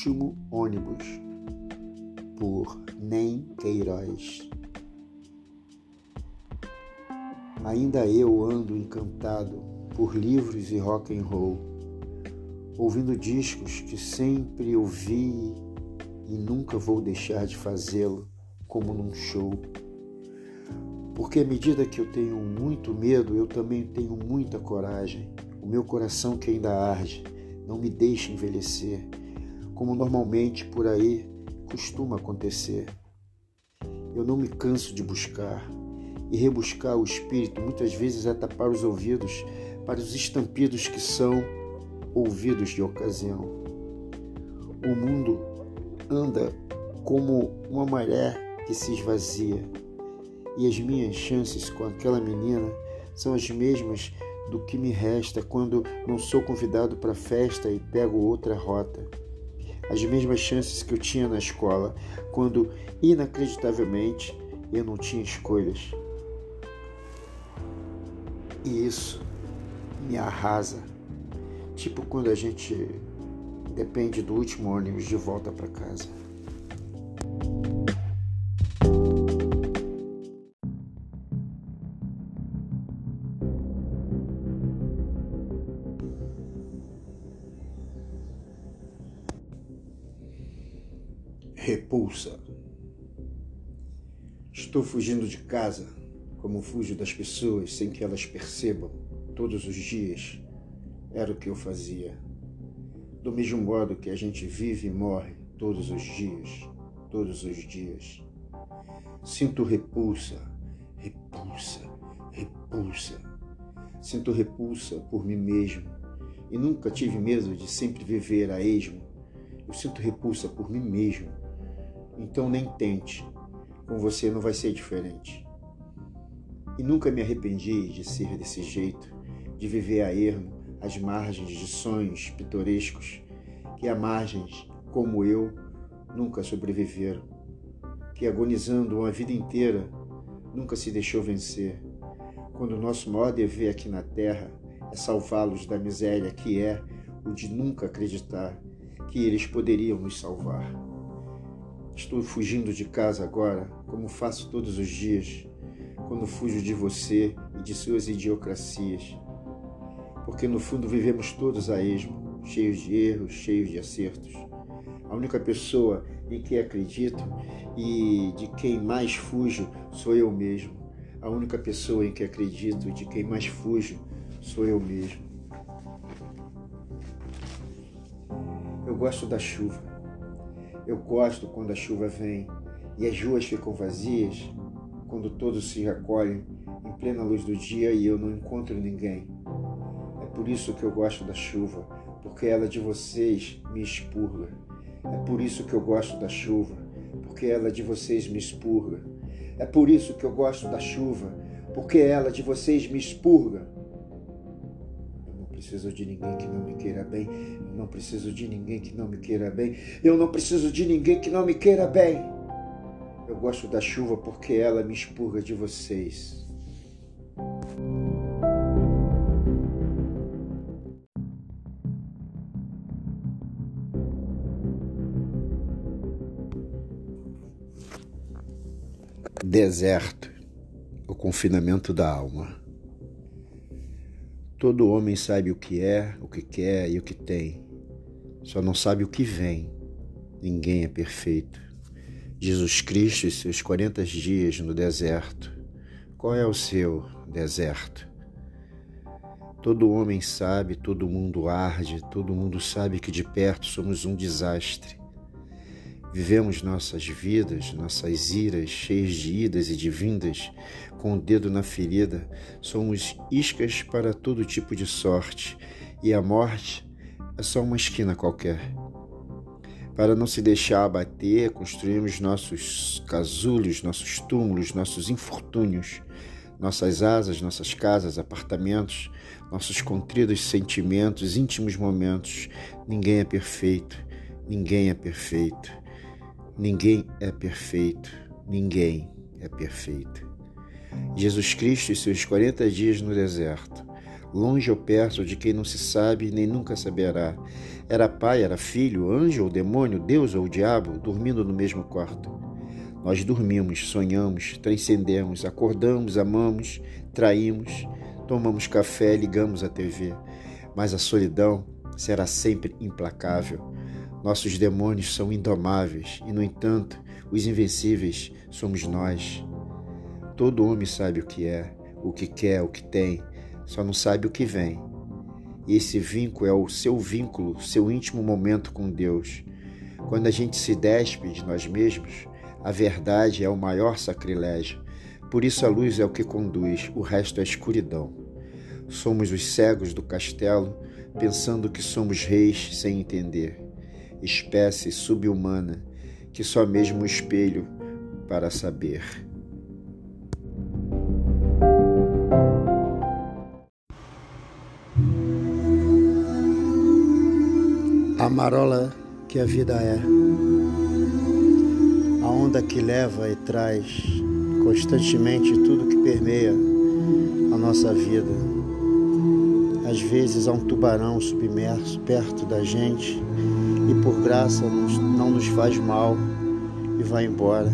Último Ônibus, por Nem Queiroz. Ainda eu ando encantado por livros e rock and roll, ouvindo discos que sempre ouvi e nunca vou deixar de fazê-lo, como num show. Porque à medida que eu tenho muito medo, eu também tenho muita coragem. O meu coração que ainda arde não me deixa envelhecer, como normalmente por aí costuma acontecer. Eu não me canso de buscar, e rebuscar o espírito muitas vezes é tapar os ouvidos para os estampidos que são ouvidos de ocasião. O mundo anda como uma maré que se esvazia, e as minhas chances com aquela menina são as mesmas do que me resta quando não sou convidado para a festa e pego outra rota. As mesmas chances que eu tinha na escola, quando, inacreditavelmente, eu não tinha escolhas. E isso me arrasa, tipo quando a gente depende do último ônibus de volta para casa. Repulsa. Estou fugindo de casa, como fujo das pessoas sem que elas percebam, todos os dias. Era o que eu fazia. Do mesmo modo que a gente vive e morre todos os dias, todos os dias. Sinto repulsa, repulsa, repulsa. Sinto repulsa por mim mesmo e nunca tive medo de sempre viver a esmo. Eu sinto repulsa por mim mesmo. Então nem tente, com você não vai ser diferente. E nunca me arrependi de ser desse jeito, de viver a ermo, às margens de sonhos pitorescos, que a margens, como eu, nunca sobreviveram, que agonizando uma vida inteira, nunca se deixou vencer, quando o nosso maior dever aqui na terra é salvá-los da miséria que é o de nunca acreditar que eles poderiam nos salvar. Estou fugindo de casa agora, como faço todos os dias, quando fujo de você e de suas idiocracias. Porque no fundo vivemos todos a esmo, cheios de erros, cheios de acertos. A única pessoa em que acredito e de quem mais fujo sou eu mesmo. A única pessoa em que acredito e de quem mais fujo sou eu mesmo. Eu gosto da chuva. Eu gosto quando a chuva vem e as ruas ficam vazias, quando todos se recolhem em plena luz do dia e eu não encontro ninguém. É por isso que eu gosto da chuva, porque ela de vocês me expurga. É por isso que eu gosto da chuva, porque ela de vocês me expurga. É por isso que eu gosto da chuva, porque ela de vocês me expurga. Eu não preciso de ninguém que não me queira bem. Eu não preciso de ninguém que não me queira bem. Eu não preciso de ninguém que não me queira bem. Eu gosto da chuva porque ela me expurga de vocês. Deserto, o confinamento da alma. Todo homem sabe o que é, o que quer e o que tem. Só não sabe o que vem. Ninguém é perfeito. Jesus Cristo e seus 40 dias no deserto. Qual é o seu deserto? Todo homem sabe, todo mundo arde, todo mundo sabe que de perto somos um desastre. Vivemos nossas vidas, nossas iras, cheias de idas e de vindas, com o dedo na ferida. Somos iscas para todo tipo de sorte, e a morte é só uma esquina qualquer. Para não se deixar abater, construímos nossos casulos, nossos túmulos, nossos infortúnios, nossas asas, nossas casas, apartamentos, nossos contridos sentimentos, íntimos momentos. Ninguém é perfeito, ninguém é perfeito. Ninguém é perfeito, ninguém é perfeito. Jesus Cristo e seus 40 dias no deserto. longe ou perto de quem não se sabe nem nunca saberá. Era pai, era filho, anjo ou demônio, Deus ou diabo, dormindo no mesmo quarto. Nós dormimos, sonhamos, transcendemos, acordamos, amamos, traímos, tomamos café, ligamos a TV. Mas a solidão será sempre implacável. Nossos demônios são indomáveis e, no entanto, os invencíveis somos nós. Todo homem sabe o que é, o que quer, o que tem, só não sabe o que vem. E esse vínculo é o seu vínculo, seu íntimo momento com Deus. Quando a gente se despe de nós mesmos, a verdade é o maior sacrilégio. Por isso a luz é o que conduz, o resto é escuridão. Somos os cegos do castelo, pensando que somos reis sem entender. Espécie subhumana, que só mesmo o espelho para saber. A marola que a vida é, a onda que leva e traz constantemente tudo que permeia a nossa vida. Às vezes há um tubarão submerso perto da gente e por graça não nos faz mal e vai embora.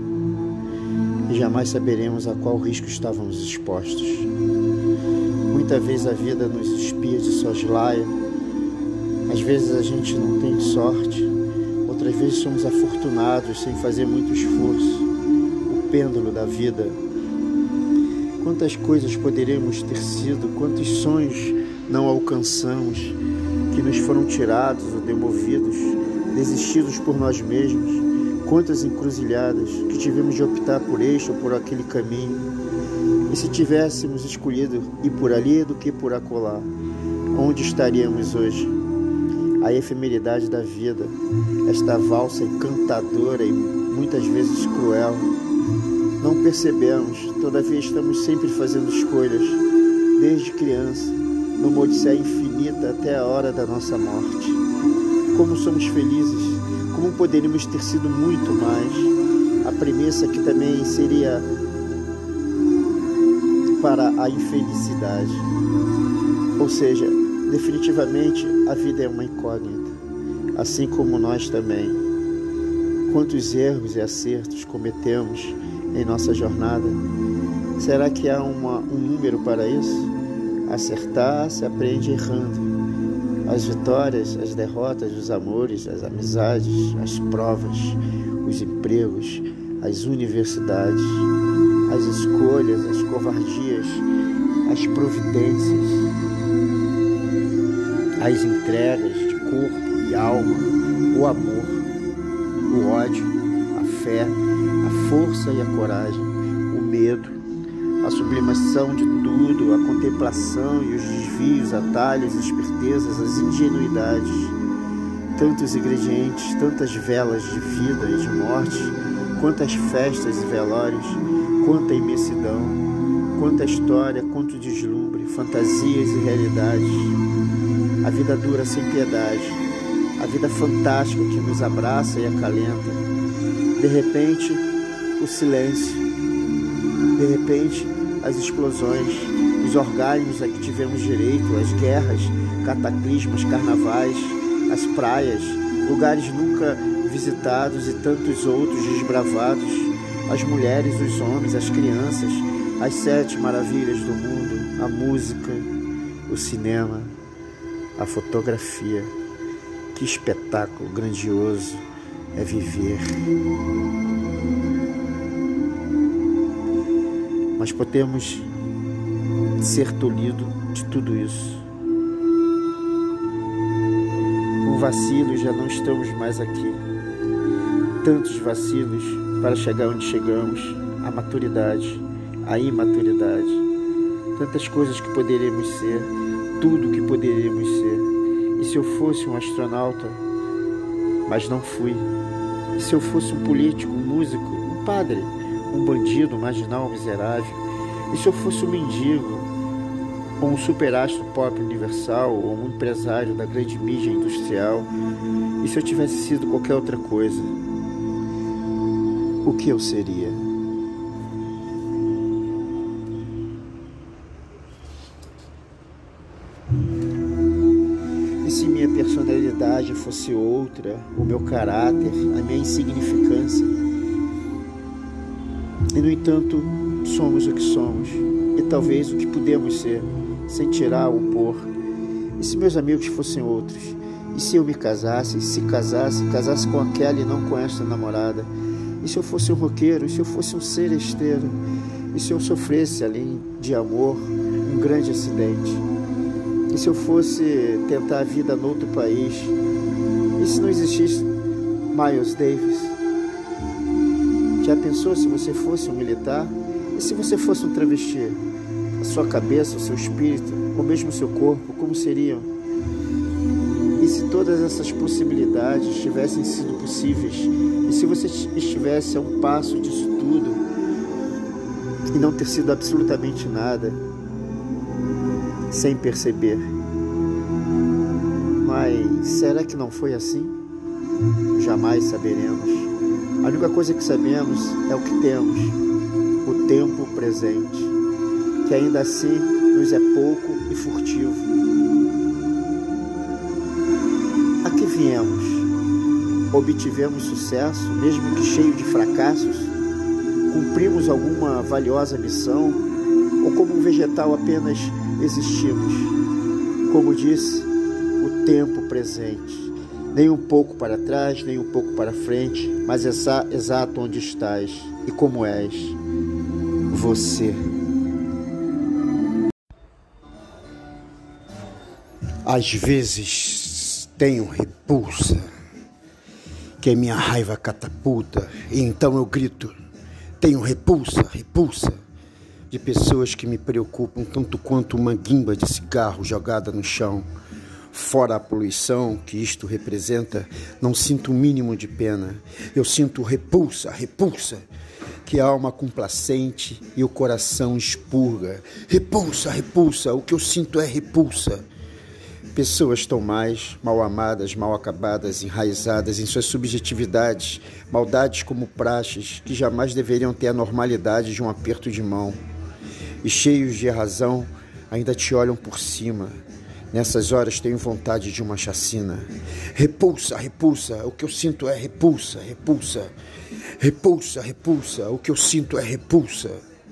E jamais saberemos a qual risco estávamos expostos. Muitas vezes a vida nos espia de soslaia. Às vezes a gente não tem sorte, outras vezes somos afortunados sem fazer muito esforço. O pêndulo da vida. Quantas coisas poderíamos ter sido, quantos sonhos não alcançamos, que nos foram tirados ou demovidos, desistidos por nós mesmos. Quantas encruzilhadas que tivemos de optar por este ou por aquele caminho. E se tivéssemos escolhido ir por ali do que por acolá, onde estaríamos hoje? A efemeridade da vida, esta valsa encantadora e muitas vezes cruel. Não percebemos, todavia estamos sempre fazendo escolhas, desde criança, numa odisseia infinita até a hora da nossa morte. Como somos felizes, como poderíamos ter sido muito mais. A premissa que também seria para a infelicidade. Ou seja, definitivamente a vida é uma incógnita, assim como nós também. Quantos erros e acertos cometemos em nossa jornada? Será que há um número para isso? Acertar se aprende errando. As vitórias, as derrotas, os amores, as amizades, as provas, os empregos, as universidades, as escolhas, as covardias, as providências, as entregas de corpo e alma, o amor, o ódio, a fé, a força e a coragem, o medo, a sublimação de tudo, a contemplação e os desvios, atalhos, espertezas, as ingenuidades, tantos ingredientes, tantas velas de vida e de morte, quantas festas e velórios, quanta imensidão, quanta história, quanto deslumbre, fantasias e realidades. A vida dura sem piedade, a vida fantástica que nos abraça e acalenta. De repente, o silêncio, de repente, as explosões, os orgasmos a que tivemos direito, as guerras, cataclismos, carnavais, as praias, lugares nunca visitados e tantos outros desbravados, as mulheres, os homens, as crianças, as 7 maravilhas do mundo, a música, o cinema, a fotografia. Que espetáculo grandioso é viver. Mas podemos ser tolhidos de tudo isso. Com vacilos já não estamos mais aqui. Tantos vacilos para chegar onde chegamos, a maturidade, a imaturidade. Tantas coisas que poderíamos ser, tudo que poderíamos ser. E se eu fosse um astronauta, mas não fui? E se eu fosse um político, um músico, um padre, um bandido, um marginal, um miserável? E se eu fosse um mendigo, ou um superastro pop universal, ou um empresário da grande mídia industrial? E se eu tivesse sido qualquer outra coisa? O que eu seria? se minha personalidade fosse outra, o meu caráter, a minha insignificância. E, no entanto, somos o que somos, e talvez o que podemos ser, sem tirar ou pôr. E se meus amigos fossem outros? E se eu me casasse, casasse com aquela e não com esta namorada? E se eu fosse um roqueiro? E se eu fosse um seresteiro? E se eu sofresse, além de amor, um grande acidente? E se eu fosse tentar a vida noutro país? E se não existisse Miles Davis? Já pensou se você fosse um militar? E se você fosse um travesti? A sua cabeça, o seu espírito, ou mesmo o seu corpo, como seriam? E se todas essas possibilidades tivessem sido possíveis? E se você estivesse a um passo disso tudo e não ter sido absolutamente nada, sem perceber? Mas será que não foi assim? Jamais saberemos. A única coisa que sabemos é o que temos, o tempo presente, que ainda assim nos é pouco e furtivo. A que viemos? Obtivemos sucesso, mesmo que cheio de fracassos? Cumprimos alguma valiosa missão? Ou como um vegetal apenas existimos? Como disse, o tempo presente. Nem um pouco para trás, nem um pouco para frente, mas exato onde estás e como és. Você. Às vezes tenho repulsa, que minha raiva catapulta, e então eu grito, tenho repulsa, de pessoas que me preocupam tanto quanto uma guimba de cigarro jogada no chão. Fora a poluição que isto representa, não sinto o mínimo de pena. Eu sinto repulsa, que a alma complacente e o coração expurga. Repulsa, o que eu sinto é repulsa. Pessoas tão mal amadas, mal acabadas, enraizadas em suas subjetividades, maldades como praxes, que jamais deveriam ter a normalidade de um aperto de mão. E cheios de razão, ainda te olham por cima. Nessas horas tenho vontade de uma chacina. Repulsa, o que eu sinto é repulsa. Repulsa, o que eu sinto é repulsa.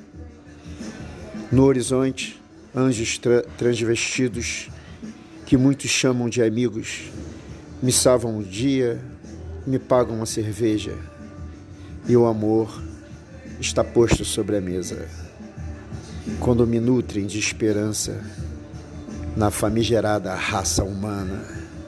No horizonte, anjos transvestidos, que muitos chamam de amigos, me salvam o dia, me pagam uma cerveja, e o amor está posto sobre a mesa. Quando me nutrem de esperança na famigerada raça humana.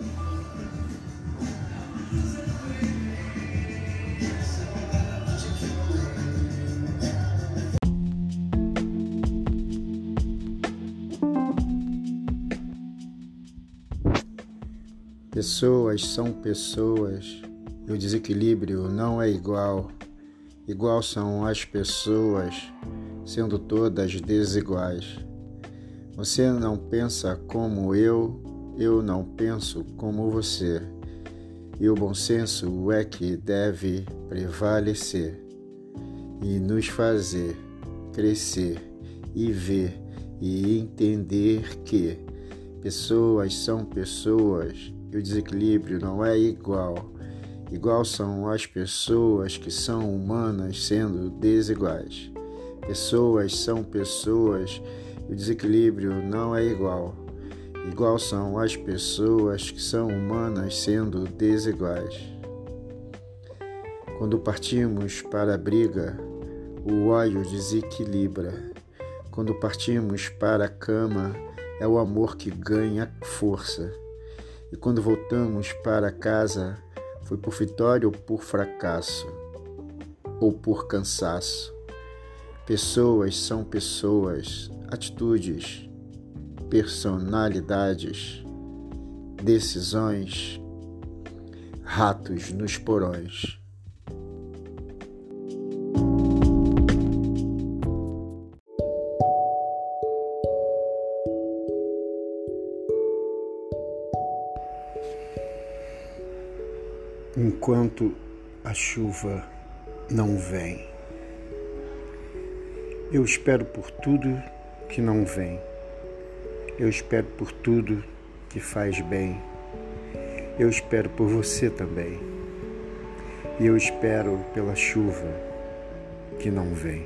Pessoas são pessoas, e o desequilíbrio não é igual. Igual são as pessoas, sendo todas desiguais. Você não pensa como eu não penso como você. E o bom senso é que deve prevalecer e nos fazer crescer e ver e entender que pessoas são pessoas e o desequilíbrio não é igual. Igual são as pessoas que são humanas sendo desiguais. Pessoas são pessoas e o desequilíbrio não é igual. Igual são as pessoas que são humanas sendo desiguais. Quando partimos para a briga, o ódio desequilibra. Quando partimos para a cama, é o amor que ganha força. E quando voltamos para casa, foi por vitória ou por fracasso, ou por cansaço. Pessoas são pessoas, atitudes, personalidades, decisões, ratos nos porões. Enquanto a chuva não vem, eu espero por tudo que não vem. Eu espero por tudo que faz bem. Eu espero por você também. E eu espero pela chuva que não vem.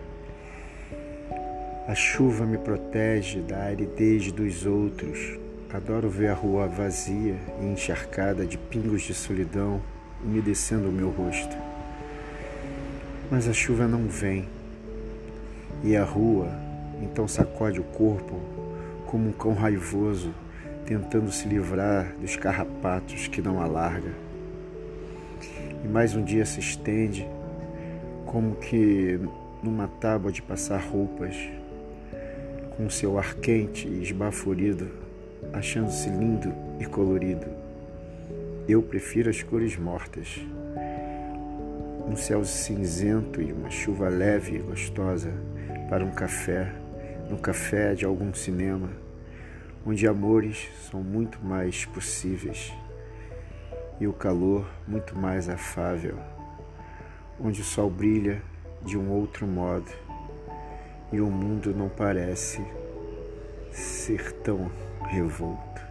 A chuva me protege da aridez dos outros. Adoro ver a rua vazia e encharcada de pingos de solidão umedecendo o meu rosto. Mas a chuva não vem. E a rua então sacode o corpo como um cão raivoso tentando se livrar dos carrapatos que não a larga. E mais um dia se estende como que numa tábua de passar roupas, com seu ar quente e esbaforido, achando-se lindo e colorido. Eu prefiro as cores mortas. Um céu cinzento e uma chuva leve e gostosa para um café, no café de algum cinema, onde amores são muito mais possíveis e o calor muito mais afável, onde o sol brilha de um outro modo e o mundo não parece ser tão revolto.